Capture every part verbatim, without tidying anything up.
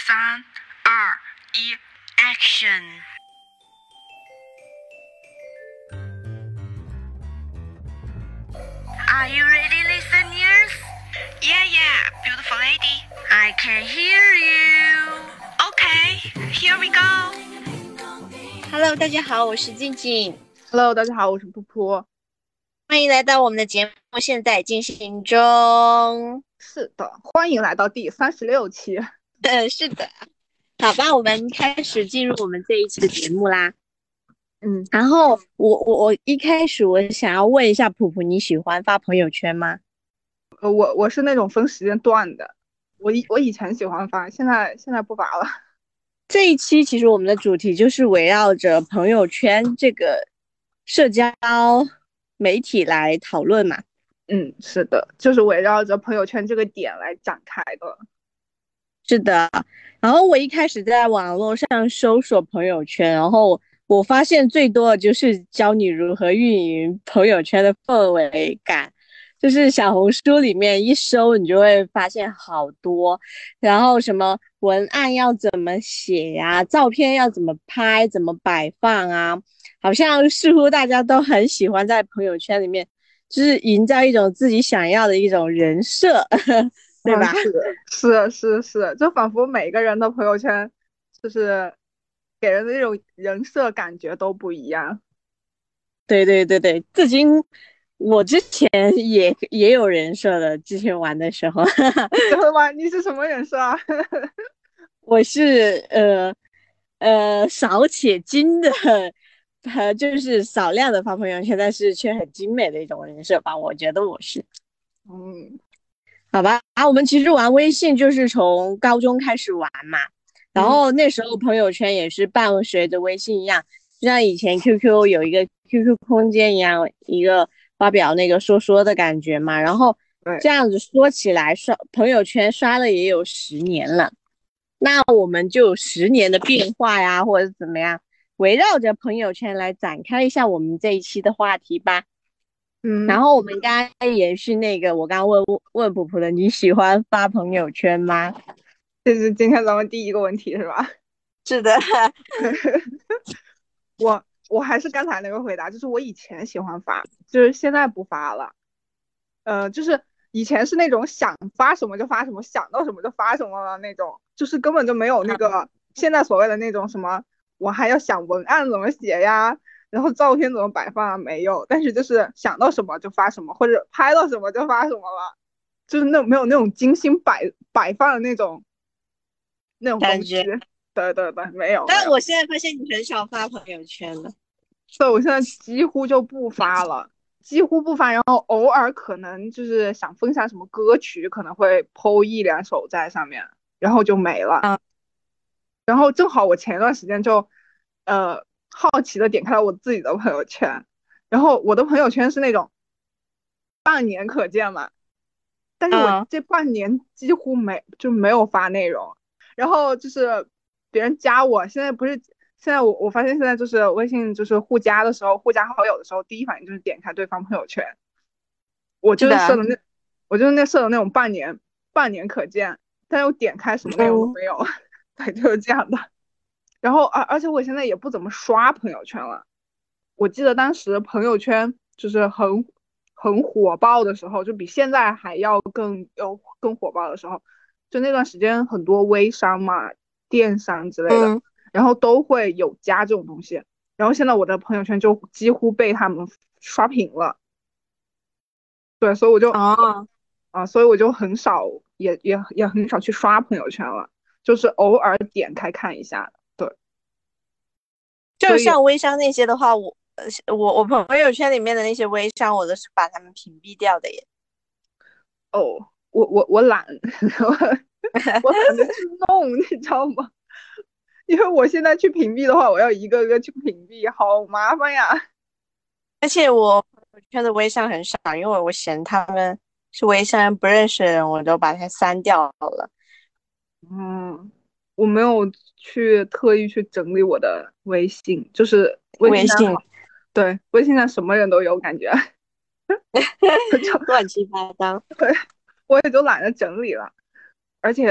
三、二、一 ，Action！ Are you ready, listeners? Yeah, yeah, beautiful lady. I can hear you. Okay, here we go. Hello， 大家好，我是静静。 Hello， 大家好，我是噗噗。 欢迎来到我们的节目，现在进行中。 是的，欢迎来到第三十六期。 呃，是的。好吧，我们开始进入我们这一期的节目啦。 嗯， 然后我我我一开始我想要问一下普普，你喜欢发朋友圈吗？ 呃，我我是那种分时间段的，我以我以前喜欢发，现在现在不发了。 这一期其实我们的主题就是围绕着朋友圈这个社交媒体来讨论嘛。 嗯，是的，就是围绕着朋友圈这个点来展开的。 是的，然后我一开始在网络上搜索朋友圈，然后我发现最多的就是教你如何运营朋友圈的氛围感，就是小红书里面一搜你就会发现好多，然后什么文案要怎么写呀，照片要怎么拍，怎么摆放啊，好像似乎大家都很喜欢在朋友圈里面就是营造一种自己想要的一种人设对吧？ 嗯，是是是是，就仿佛每个人的朋友圈就是给人的那种人设感觉都不一样。 对对对对，至今我之前也也有人设的，之前玩的时候真的吗？你是什么人设啊？ 我是呃呃少且精的，呃就是少量的发朋友圈，但是却很精美的一种人设吧，我觉得我是。 嗯， 好吧，啊，我们其实玩微信就是从高中开始玩嘛，然后那时候朋友圈也是伴随着微信一样，就像以前 Q Q 有一个 Q Q 空间一样，一个发表那个说说的感觉嘛，然后这样子说起来，刷朋友圈刷了也有十年了，那我们就十年的变化呀，或者怎么样，围绕着朋友圈来展开一下我们这一期的话题吧。 嗯， 然后我们刚刚延续那个，我刚刚问问普普的，你喜欢发朋友圈吗？ 这是今天咱们第一个问题是吧？ 是的。 我我还是刚才那个回答，就是我以前喜欢发，就是现在不发了。呃，就是以前是那种想发什么就发什么，想到什么就发什么的那种，就是根本就没有那个现在所谓的那种什么，我还要想文案怎么写呀，然后照片怎么摆放啊，没有。但是就是想到什么就发什么，或者拍到什么就发什么了，就是那没有那种精心摆摆放的那种那种东西。对对对，没有。 但我现在发现你很少发朋友圈了。 对，我现在几乎就不发了，几乎不发，然后偶尔可能就是想分享什么歌曲，可能会 po 一两首在上面，然后就没了。 啊、 然后正好我前一段时间就呃好奇的点开了我自己的朋友圈，然后我的朋友圈是那种半年可见嘛，但是我这半年几乎没就没有发内容，然后就是别人加我，现在不是现在我我发现现在就是微信就是互加的时候，互加好友的时候，第一反应就是点开对方朋友圈，我就是设的那我就是那设的那种半年半年可见，但是我点开什么内容都没有，嗯、对，就是这样的。然后而而且我现在也不怎么刷朋友圈了，我记得当时朋友圈就是很很火爆的时候，就比现在还要更有更火爆的时候，就那段时间很多微商嘛、电商之类的，嗯、然后都会有加这种东西。然后现在我的朋友圈就几乎被他们刷屏了，对，所以我就哦啊，所以我就很少，也也也很少去刷朋友圈了，就是偶尔点开看一下。对， 就像微商那些的话，我我我朋友圈里面的那些微商，我都是把他们屏蔽掉的耶。 哦，我我我懒，我懒得去弄，你知道吗？因为我现在去屏蔽的话，我要一个个去屏蔽，好麻烦呀。 而且我朋友圈的微商很少，因为我嫌他们是微商不认识的人，我都把它删掉了。 嗯，我没有去特意去整理我的微信，就是微信上，对，微信上什么人都有感觉， 乱七八糟。 对，我也就懒得整理了。而且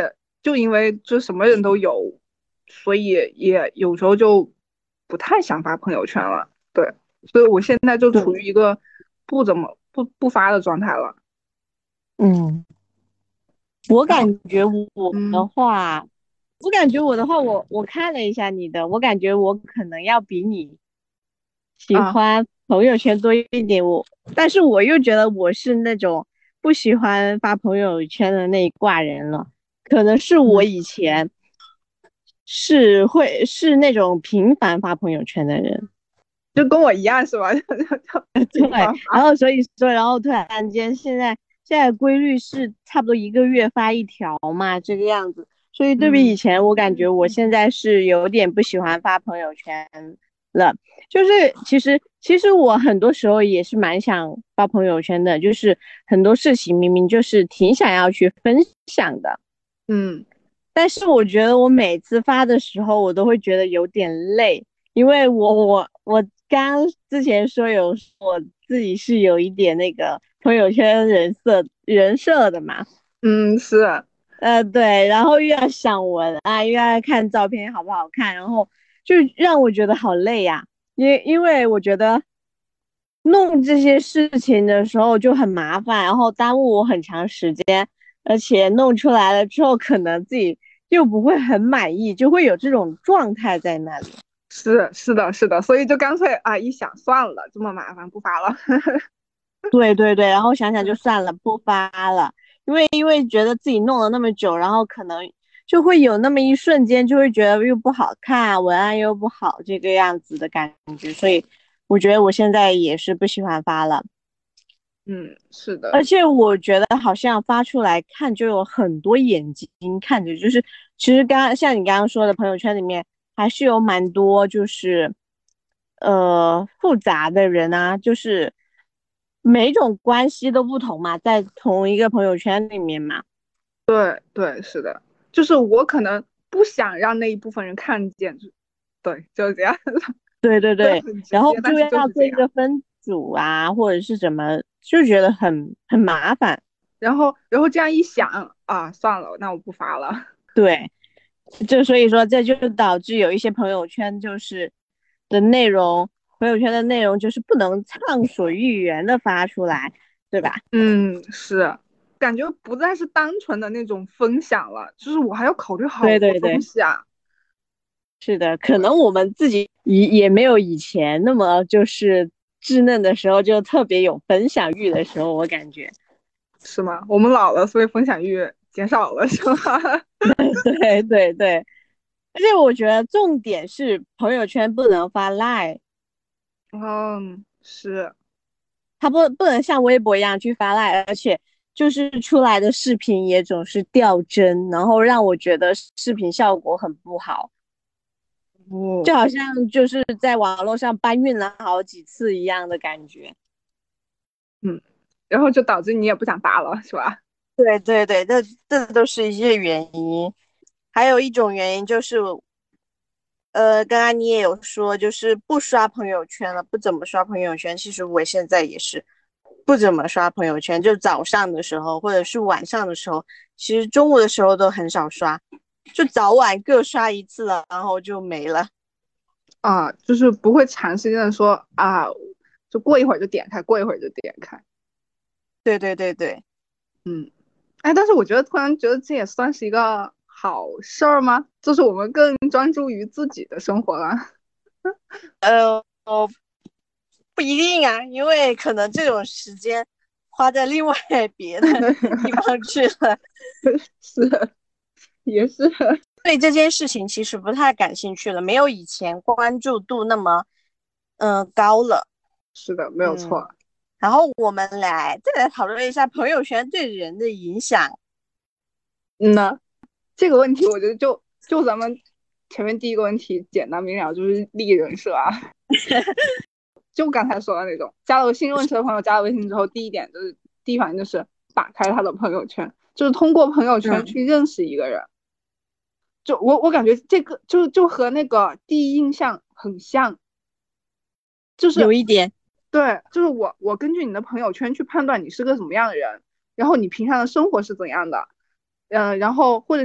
就因为就什么人都有，所以也有时候就不太想发朋友圈了。对，所以我现在就处对， 于一个不怎么不不发的状态了。 嗯，我然后， 感觉我的嗯话，我感觉我的话，我我看了一下你的，我感觉我可能要比你喜啊欢朋友圈多一点。我，但是我又觉得我是那种不喜欢发朋友圈的那一挂人了，可能是我嗯， 以前是会是那种频繁发朋友圈的人。 就跟我一样是吧？就就就对， 频繁发。 然后所以说，然后突然间现在现在规律是差不多一个月发一条嘛，这个样子。所以对比以嗯前，我感觉我现在是有点不喜欢发朋友圈了。就是其实其实我很多时候也是蛮想发朋友圈的，就是很多事情明明就是挺想要去分享的， 嗯但是我觉得我每次发的时候，我都会觉得有点累，因为我我我刚之前说有我自己是有一点那个朋友圈人设人设的嘛， 嗯，是。 呃对，然后又要想文啊，又要看照片好不好看，然后就让我觉得好累呀、因因为我觉得弄这些事情的时候就很麻烦，然后耽误我很长时间，而且弄出来了之后，可能自己又不会很满意，就会有这种状态在那里。 是是的，是的，所以就干脆啊，一想算了，这么麻烦不发了。 对对对，然后想想就算了，不发了，因为因为觉得自己弄了那么久，然后可能就会有那么一瞬间就会觉得又不好看，文案又不好，这个样子的感觉，所以我觉得我现在也是不喜欢发了。 嗯，是的。 而且我觉得好像发出来看就有很多眼睛看着，就是其实刚像你刚刚说的，朋友圈里面还是有蛮多就是呃复杂的人啊，就是每种关系都不同嘛，在同一个朋友圈里面嘛。 对对，是的，就是我可能不想让那一部分人看见，就对，就是这样。 对对对， 对， 很直接，但然后就是就是这要做一样。 个分组啊，或者是什么，就觉得很很麻烦。 然后，然后这样一想啊，算了，那我不发了。 对。就所以说，这就导致有一些朋友圈就是的内容，朋友圈的内容就是不能畅所欲言的发出来，对吧？ 嗯，是，感觉不再是单纯的那种分享了，就是我还要考虑好多对对对， 东西啊。 是的，可对， 能我们自己也也没有以前那么就是稚嫩的时候就特别有分享欲的时候，我感觉。 是吗？我们老了，所以分享欲减少了，是吗？ 对对对，而且我觉得重点是朋友圈不能发 Line。 嗯，是。 它不不能像微博一样去发赖，而且就是出来的视频也总是掉帧，然后让我觉得视频效果很不好， 哦， 就好像就是在网络上搬运了好几次一样的感觉。 嗯，然后就导致你也不想发了，是吧？ 对对对，这这都是一些原因。还有一种原因就是，呃，刚刚你也有说，就是不刷朋友圈了，不怎么刷朋友圈。其实我现在也是不怎么刷朋友圈，就早上的时候或者是晚上的时候，其实中午的时候都很少刷，就早晚各刷一次了，然后就没了。 啊，就是不会长时间的说啊，就过一会儿就点开，过一会儿就点开。 对对对对， 嗯，哎，但是我觉得突然觉得这也算是一个好事儿吗？就是我们更专注于自己的生活了。 呃，不一定啊，因为可能这种时间花在另外别的地方去了。 是，也是。 对这件事情其实不太感兴趣了，没有以前关注度那么嗯、呃高了。 是的，没有嗯， 错。 然后我们来再来讨论一下朋友圈对人的影响。 嗯呢，这个问题我觉得就就咱们前面第一个问题简单明了，就是立人设啊。就刚才说的那种，加了个新认识的朋友，加了微信之后，第一点就是第一反应就是打开他的朋友圈，就是通过朋友圈嗯， 去认识一个人。就我我感觉这个就就和那个第一印象很像，就是有一点。 对，就是我我根据你的朋友圈去判断你是个什么样的人，然后你平常的生活是怎样的，嗯、呃然后或者你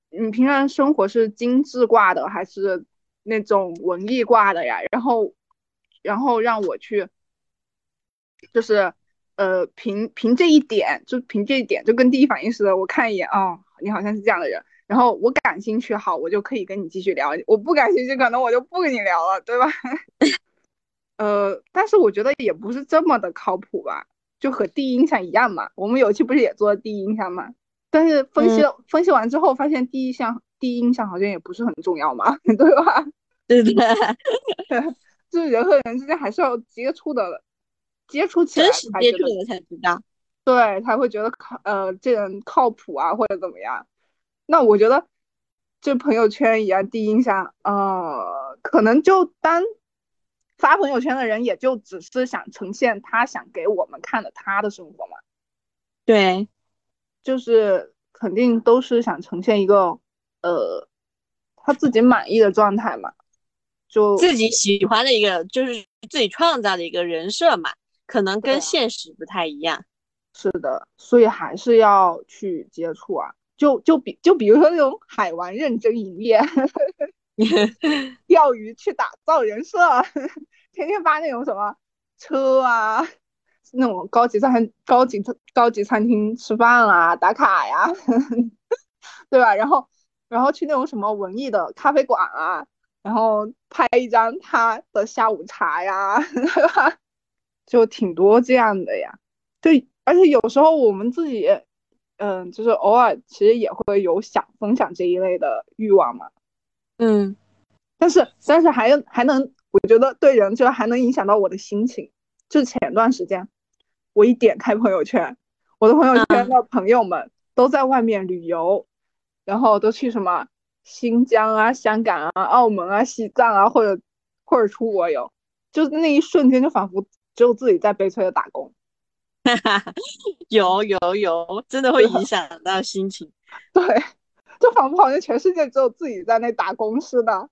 你平常生活是精致挂的还是那种文艺挂的呀？然后然后让我去就是呃凭凭这一点，就凭这一点，就跟第一反应似的，我看一眼哦，你好像是这样的人，然后我感兴趣，好，我就可以跟你继续聊；我不感兴趣，可能我就不跟你聊了，对吧？呃，但是我觉得也不是这么的靠谱吧，就和第一印象一样嘛。我们有一期不是也做了第一印象嘛？但是分析、 嗯， 分析完之后，发现第一印象第一印象好像也不是很重要嘛，对吧？ 对的， 就是人和人之间还是要接触的，接触起真来才觉得实接触了才知道。 对，才会觉得靠呃这人靠谱啊，或者怎么样。那我觉得就朋友圈一样，第一印象，呃，可能就当发朋友圈的人，也就只是想呈现他想给我们看的他的生活嘛， 对， 就是肯定都是想呈现一个呃他自己满意的状态嘛，就自己喜欢的一个，就是自己创造的一个人设嘛，可能跟对啊， 现实不太一样。 是的，所以还是要去接触啊。就就比就比如说那种海玩认真营业，钓鱼去打造人设，天天发那种什么车啊，那种高级餐高级高级餐厅吃饭啊，打卡呀，对吧？然后然后去那种什么文艺的咖啡馆啊，然后拍一张他的下午茶呀，对吧？就挺多这样的呀。对，而且有时候我们自己，嗯，就是偶尔其实也会有想分享这一类的欲望嘛。 嗯， 但是但是还还能，我觉得对人就还能影响到我的心情。就前段时间，我一点开朋友圈，我的朋友圈啊， 的朋友们都在外面旅游，然后都去什么新疆啊、香港啊、澳门啊、西藏啊，或者或者出国游，就那一瞬间就仿佛只有自己在悲催的打工。 有有有，真的会影是， 响到心情。 对，就仿佛好像全世界只有自己在那打工似的。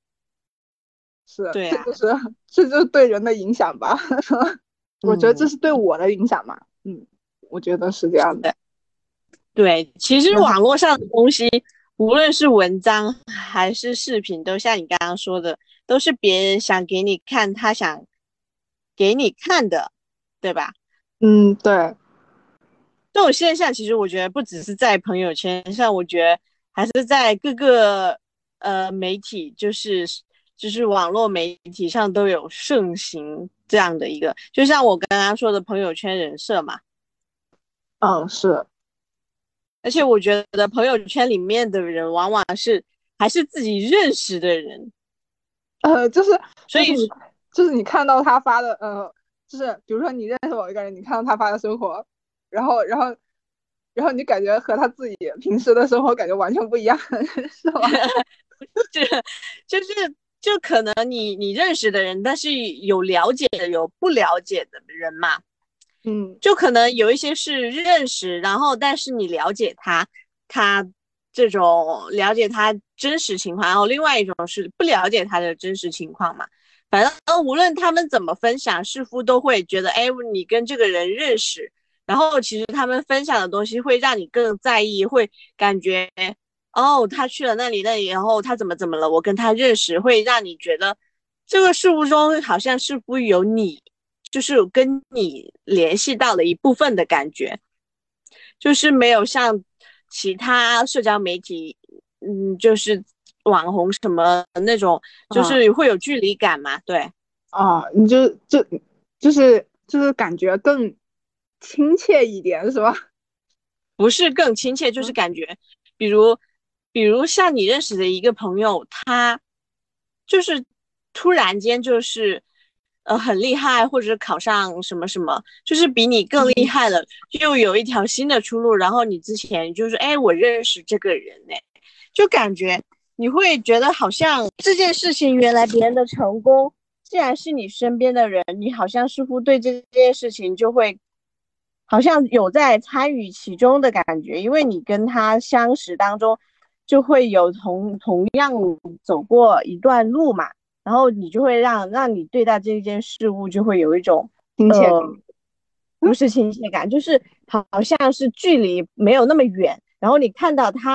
是， 对啊， 这就是这就是对人的影响吧。我觉得这嗯， 是对我的影响嘛。嗯，我觉得是这样的。 对对，其实然后， 网络上的东西，无论是文章还是视频，都像你刚刚说的，都是别人想给你看，他想给你看的，对吧？ 嗯，对， 这种现象其实我觉得不只是在朋友圈上，我觉得还是在各个呃媒体，就是就是网络媒体上都有盛行这样的一个，就像我刚刚说的朋友圈人设嘛。 嗯，是， 而且我觉得朋友圈里面的人往往是还是自己认识的人， 呃，就是所以就是你就是你看到他发的，呃，就是比如说你认识某一个人，你看到他发的生活，然后然后然后你感觉和他自己平时的生活感觉完全不一样，是吗？ 这就是就可能你你认识的人，但是有了解的有不了解的人嘛， 嗯就可能有一些是认识，然后但是你了解他，他这种了解他真实情况，然后另外一种是不了解他的真实情况嘛。反正无论他们怎么分享，似乎都会觉得，哎，你跟这个人认识，然后其实他们分享的东西会让你更在意，会感觉，哦，他去了那里那里，然后他怎么怎么了，我跟他认识，会让你觉得这个事物中好像似乎有你。就是跟你联系到了一部分的感觉，就是没有像其他社交媒体，嗯，就是网红什么那种，就啊是会有距离感嘛。对， 啊，你就就就是就是感觉更亲切一点，是吧？ 不是更亲切，就是嗯感觉，比如，比如像你认识的一个朋友，他就是突然间就是呃很厉害，或者考上什么什么，就是比你更厉嗯害了，又有一条新的出路。然后你之前就是哎，我认识这个人呢，就感觉你会觉得好像这件事情原来别人的成功，既然是你身边的人，你好像似乎对这件事情就会好像有在参与其中的感觉，因为你跟他相识当中就会有同同样走过一段路嘛，然后你就会让让你对待这件事物就会有一种亲切感。 呃，不是亲切感，就是好像是距离没有那么远，然后你看到他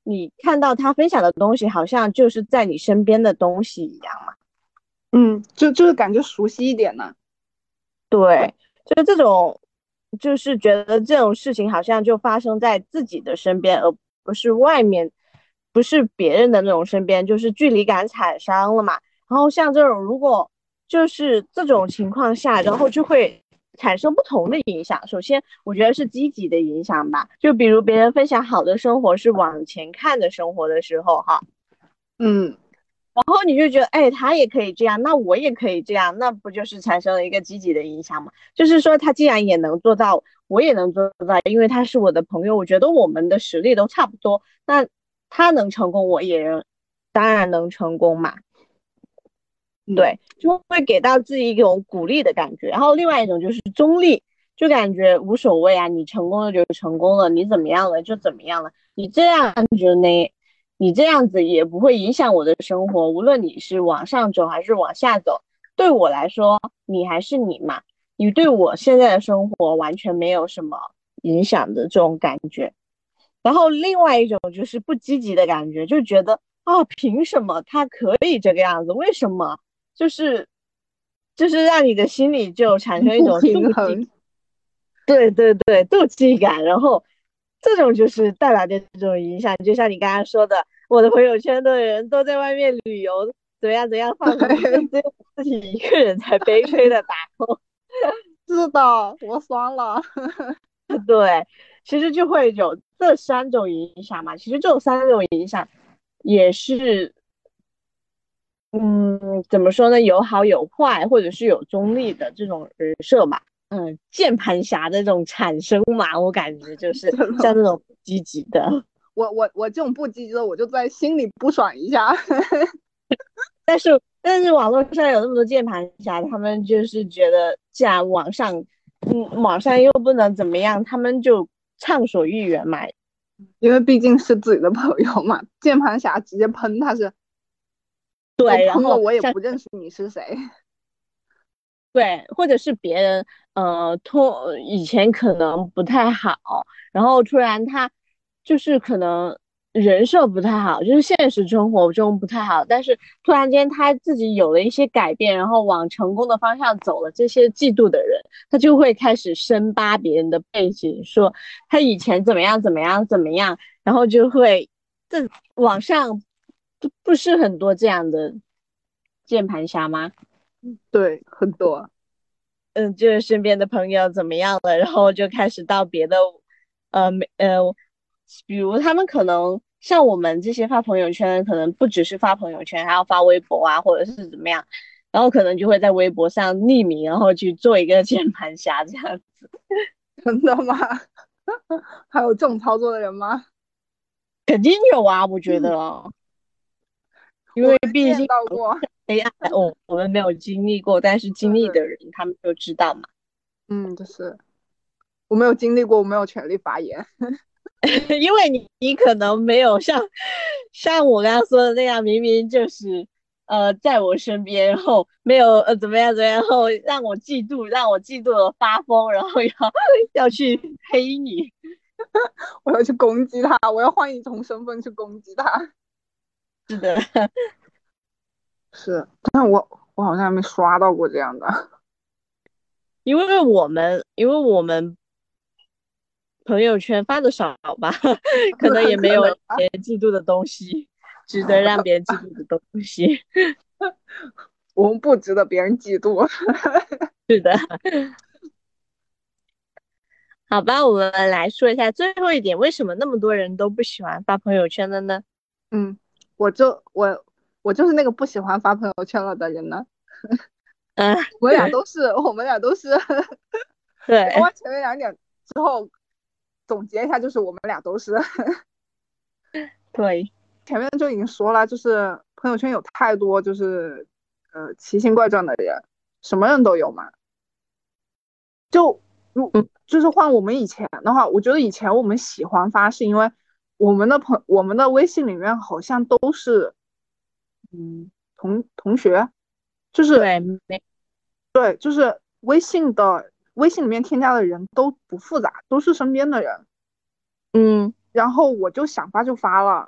你看到他分享的东西，好像就是在你身边的东西一样嘛。 嗯，就就是感觉熟悉一点呢。 对，就这种，就是觉得这种事情好像就发生在自己的身边，而不是外面，不是别人的那种身边，就是距离感产生了嘛。然后像这种，如果就是这种情况下，然后就会产生不同的影响。首先，我觉得是积极的影响吧，就比如别人分享好的生活是往前看的生活的时候，哈。 嗯， 然后你就觉得，哎，他也可以这样，那我也可以这样，那不就是产生了一个积极的影响吗？就是说，他既然也能做到，我也能做到，因为他是我的朋友，我觉得我们的实力都差不多，那他能成功，我也当然能成功嘛。对，就会给到自己一种鼓励的感觉。然后另外一种就是中立，就感觉无所谓啊，你成功了就成功了，你怎么样了就怎么样了，你这样就那。你这样子也不会影响我的生活，无论你是往上走还是往下走，对我来说，你还是你嘛，你对我现在的生活完全没有什么影响的这种感觉。然后另外一种就是不积极的感觉，就觉得啊，凭什么他可以这个样子？为什么？就是就是让你的心里就产生一不种妒忌， 平衡。 对对对，妒忌感，然后这种就是带来的这种影响，就像你刚刚说的，我的朋友圈的人都在外面旅游，怎么样怎样放松， 对， 只有自己一个人在悲催的打工。 是的，我酸了。 对，其实就会有这三种影响嘛。其实这三种影响也是，嗯，怎么说呢？有好有坏，或者是有中立的这种人设嘛。嗯，键盘侠的这种产生嘛，我感觉就是真的， 像这种积极的。 我我我这种不积极的，我就在心里不爽一下。 但是但是网络上有那么多键盘侠，他们就是觉得，既然网上，嗯，网上又不能怎么样，他们就畅所欲言嘛。 因为毕竟是自己的朋友嘛，键盘侠直接喷他是，都对，然喷了后像我也不认识你是谁。 对，或者是别人，呃，通以前可能不太好，然后突然他就是可能人设不太好，就是现实生活中不太好，但是突然间他自己有了一些改变，然后往成功的方向走了，这些嫉妒的人，他就会开始深扒别人的背景，说他以前怎么样怎么样怎么样，然后就会这网上不不是很多这样的键盘侠吗？ 对，很多。 嗯，就是身边的朋友怎么样了，然后就开始到别的，呃，没呃，比如他们可能像我们这些发朋友圈，可能不只是发朋友圈，还要发微博啊，或者是怎么样，然后可能就会在微博上匿名，然后去做一个键盘侠这样子。 真的吗？还有这种操作的人吗？ 肯定有啊，我觉得哦，因我没为毕见竟到过。 A I，我我们没有经历过，但是经历对对， 的人他们就知道嘛。 嗯，就是我没有经历过，我没有权利发言。 因为你你可能没有像像我刚刚说的那样，明明就是呃在我身边，然后没有呃怎么样怎么样，然后让我嫉妒，让我嫉妒的发疯，然后要要去黑你。 我要去攻击他，我要换一种身份去攻击他。 是的， 是，但我我好像还没刷到过这样的。 因为我们因为我们朋友圈发的少吧，可能也很没有可能吧。 别人嫉妒的东西，值得让别人嫉妒的东西。 我们不值得别人嫉妒。 是的。好吧，我们来说一下最后一点，为什么那么多人都不喜欢发朋友圈的呢？ 嗯，我就我我就是那个不喜欢发朋友圈了的人呢。 嗯， 我们俩都是，我们俩都是。聊对完前面两点之后，总结一下，就是我们俩都是。 对， 前面就已经说了，就是朋友圈有太多就是呃奇形怪状的人，什么人都有嘛。就如嗯就是换我们以前的话，我觉得以前我们喜欢发，是因为我们的朋我们的微信里面好像都是嗯同同学，就是对，没， 对，就是微信的微信里面添加的人都不复杂，都是身边的人。 嗯然后我就想发就发了，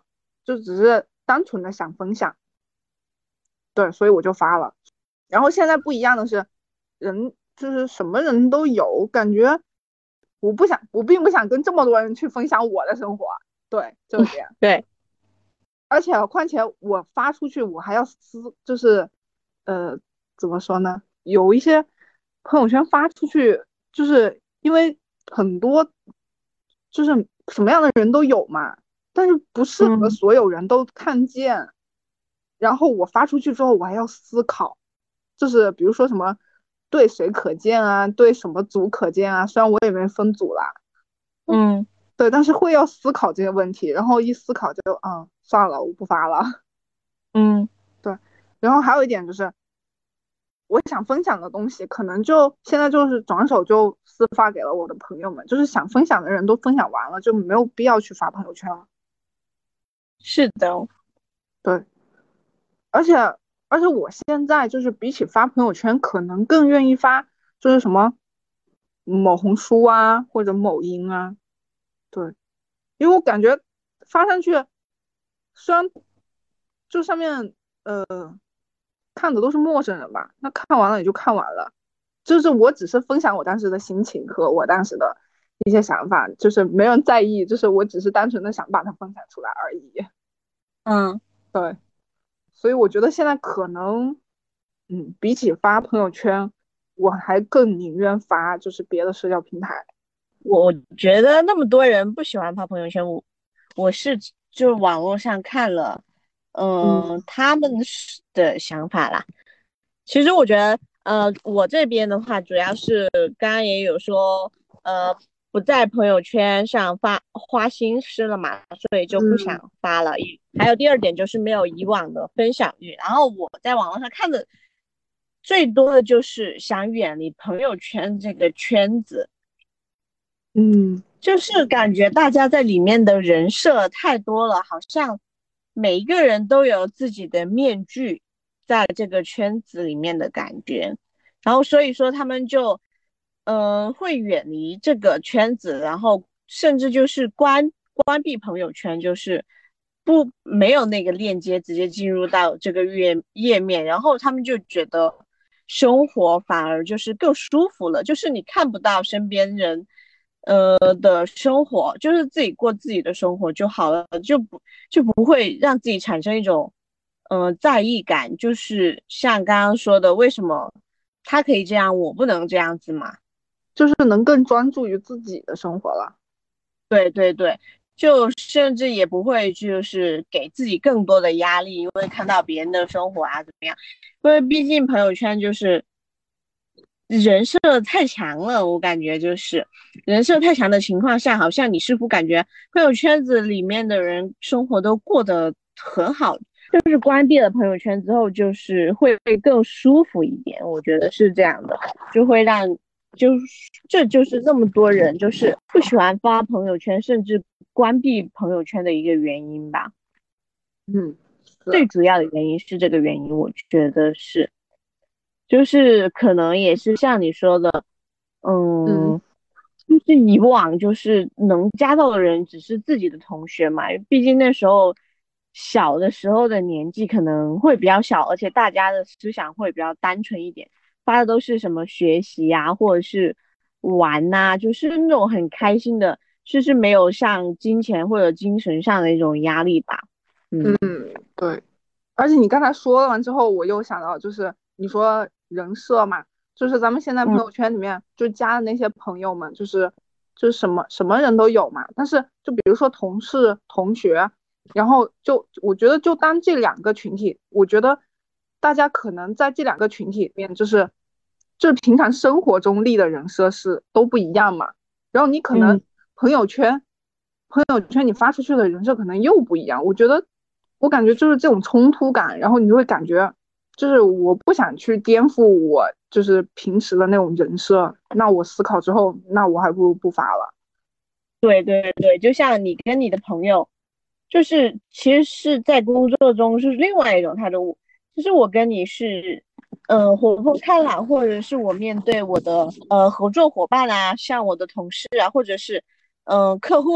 就只是单纯的想分享，对，所以我就发了。然后现在不一样的是，人就是什么人都有，感觉我不想，我并不想跟这么多人去分享我的生活，对，就是这样。 对， 而且况且我发出去，我还要私，就是呃，怎么说呢？有一些朋友圈发出去，就是因为很多就是什么样的人都有嘛，但是不适合嗯所有人都看见。然后我发出去之后，我还要思考，就是比如说什么对谁可见啊，对什么组可见啊，虽然我也没分组啦， 嗯对，但是会要思考这些问题，然后一思考就嗯算了，我不发了。 嗯， 对，然后还有一点就是，我想分享的东西，可能就现在就是转手就私发给了我的朋友们，就是想分享的人都分享完了，就没有必要去发朋友圈了。 是的。 对，而且而且我现在就是比起发朋友圈，可能更愿意发就是什么某红书啊或者某音啊，对，因为我感觉发上去，虽然就上面呃看的都是陌生人吧，那看完了也就看完了，就是我只是分享我当时的心情和我当时的一些想法，就是没人在意，就是我只是单纯的想把它分享出来而已。 嗯， 对，所以我觉得现在可能，嗯，比起发朋友圈，我还更宁愿发就是别的社交平台。 我觉得那么多人不喜欢发朋友圈，我我是就网络上看了，嗯、 嗯他们是的想法啦。其实我觉得，呃，我这边的话，主要是刚刚也有说，呃，不在朋友圈上发花心思了嘛，所以就不嗯想发了。还有第二点就是没有以往的分享欲。然后我在网络上看的最多的就是想远离朋友圈这个圈子， 嗯就是感觉大家在里面的人设太多了，好像每一个人都有自己的面具在这个圈子里面的感觉，然后所以说他们就嗯、呃会远离这个圈子，然后甚至就是关关闭朋友圈，就是不没有那个链接直接进入到这个页页面，然后他们就觉得生活反而就是更舒服了，就是你看不到身边人。呃的生活，就是自己过自己的生活就好了，就不就不会让自己产生一种呃在意感，就是像刚刚说的，为什么他可以这样，我不能这样子嘛？ 就是能更专注于自己的生活了。 对对对，就甚至也不会就是给自己更多的压力，因为看到别人的生活啊怎么样？因为毕竟朋友圈就是人设太强了，我感觉就是人设太强的情况下，好像你似乎感觉朋友圈子里面的人生活都过得很好，就是关闭了朋友圈之后，就是会更舒服一点，我觉得是这样的，就会让就是这就是这么多人就是不喜欢发朋友圈，甚至关闭朋友圈的一个原因吧。 嗯，是， 最主要的原因是这个原因，我觉得是。就是可能也是像你说的， 嗯嗯，就是以往就是能加到的人只是自己的同学嘛，毕竟那时候小的时候的年纪可能会比较小，而且大家的思想会比较单纯一点，发的都是什么学习呀、或者是玩呐、就是那种很开心的，就是没有像金钱或者精神上的一种压力吧。嗯嗯，对。而且你刚才说完之后，我又想到，就是你说人设嘛，就是咱们现在朋嗯友圈里面就加的那些朋友们，就是就是什么什么人都有嘛。但是就比如说同事、同学，然后就我觉得就当这两个群体，我觉得大家可能在这两个群体里面，就是就是平常生活中立的人设是都不一样嘛。然后你可能嗯。 朋友圈朋友圈你发出去的人设可能又不一样。我觉得我感觉就是这种冲突感，然后你就会感觉就是我不想去颠覆我就是平时的那种人设，那我思考之后，那我还不如不发了。 对对对，就像你跟你的朋友，就是其实是在工作中是另外一种态度。其实我跟你是，呃，活泼开朗，或者是我面对我的呃合作伙伴啊，像我的同事啊，或者是嗯、呃客户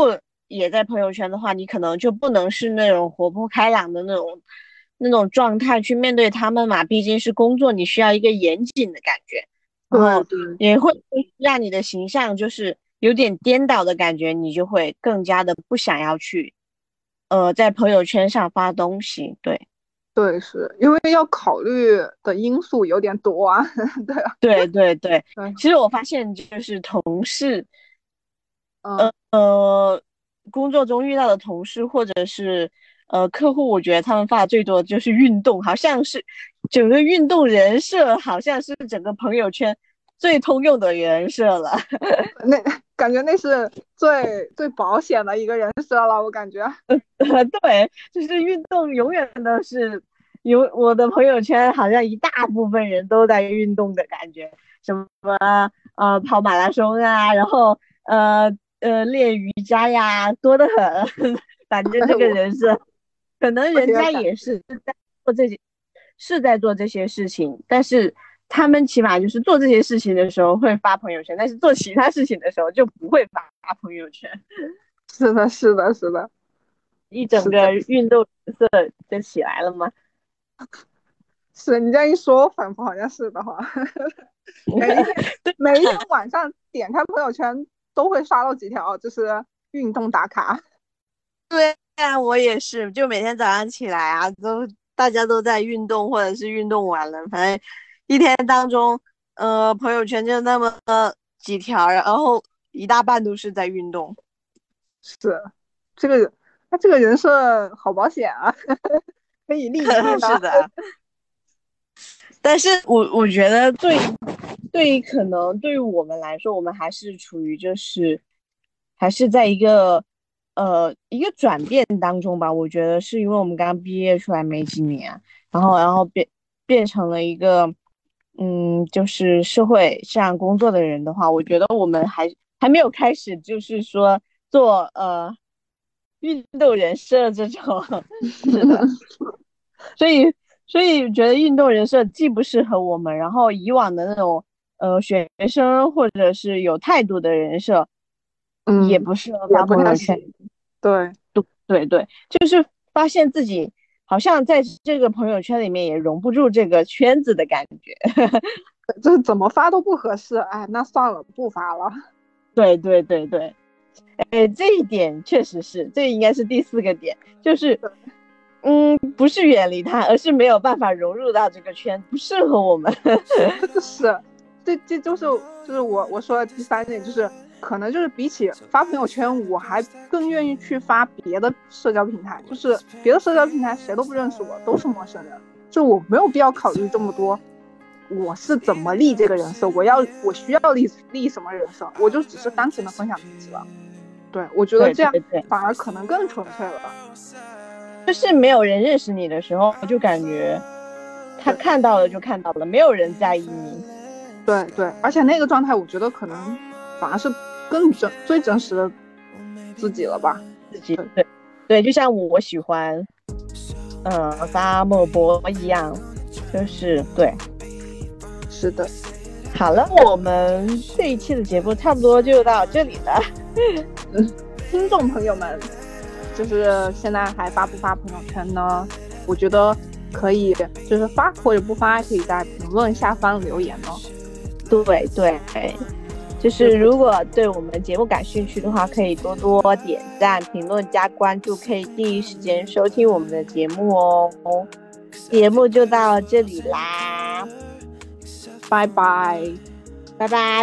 也在朋友圈的话，你可能就不能是那种活泼开朗的那种那种状态去面对他们嘛，毕竟是工作，你需要一个严谨的感觉，然后对对， 也会让你的形象就是有点颠倒的感觉，你就会更加的不想要去呃在朋友圈上发东西。对对，是因为要考虑的因素有点多啊。对啊， 对对对， 对， 其实我发现就是同事。 嗯， 呃，工作中遇到的同事或者是呃客户，我觉得他们发的最多的就是运动，好像是整个运动人设，好像是整个朋友圈最通用的人设了。 那感觉那是最最保险的一个人设了，我感觉。 对，就是运动永远都是有我的朋友圈，好像一大部分人都在运动的感觉，什么呃跑马拉松啊，然后呃呃练瑜伽呀，多得很。反正这个我人设，可能我人家也感觉， 也是在做这些，是在做这些事情，但是他们起码就是做这些事情的时候会发朋友圈，但是做其他事情的时候就不会发朋友圈。 是的，是的，是的， 一整是这， 个运动人设就起来了吗？ 是你这样一说，我仿佛好像是的话。每一天每一天晚上点开朋友圈都会刷到几条，就是运动打卡。 对呀，我也是，就每天早上起来啊，都大家都在运动，或者是运动完了，反正一天当中，呃，朋友圈就那么几条，然后一大半都是在运动。 是这个，他这个人设好保险啊，可以立一定的。 是的，但是我我觉得对对于可能对于我们来说，我们还是处于就是还是在一个呃一个转变当中吧。我觉得是因为我们刚毕业出来没几年，然后然后变变成了一个嗯就是社会上工作的人的话，我觉得我们还还没有开始就是说做呃运动人设这种。是的。所以所以觉得运动人设既不适合我们，然后以往的那种呃学生或者是有态度的人设也嗯， 不适合也发朋友圈。 不太行。对， 对对，就是发现自己好像在这个朋友圈里面也融不住这个圈子的感觉。 这怎么发都不合适，哎，那算了，不发了。 对对对对，哎，这一点确实是，这应该是第四个点，就是嗯，不是远离他，而是没有办法融入到这个圈，不适合我们。 这个是，这这就是就是我我说的第三点，就是可能就是比起发朋友圈，我还更愿意去发别的社交平台，就是别的社交平台谁都不认识我，都是陌生人，就我没有必要考虑这么多，我是怎么立这个人设，我要我需要立立什么人设，我就只是单纯的分享自己了。对，我觉得这样对对对， 反而可能更纯粹了。 就是没有人认识你的时候，就感觉他看到了就看到了，没有人在意你。 对对，而且那个状态，我觉得可能反而是更真、最真实的自己了吧。 自己对对，就像我喜欢，嗯、呃，发莫博一样，就是对。 是的， 好了，我们这一期的节目差不多就到这里了。 听众朋友们，就是现在还发不发朋友圈呢？我觉得可以，就是发或者不发，可以在评论下方留言哦。 对对，就是如果对我们节目感兴趣的话，可以多多点赞、评论、加关注，可以第一时间收听我们的节目哦。节目就到这里啦， 拜拜， 拜拜。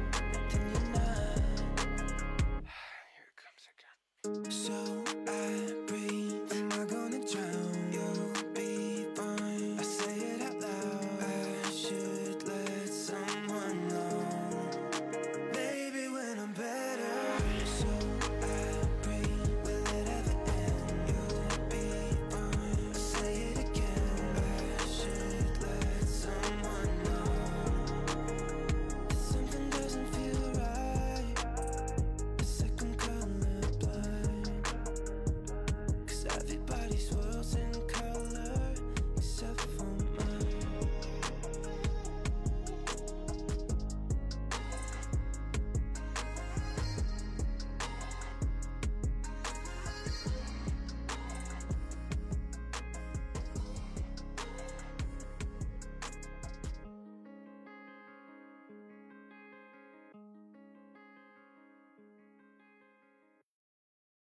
So I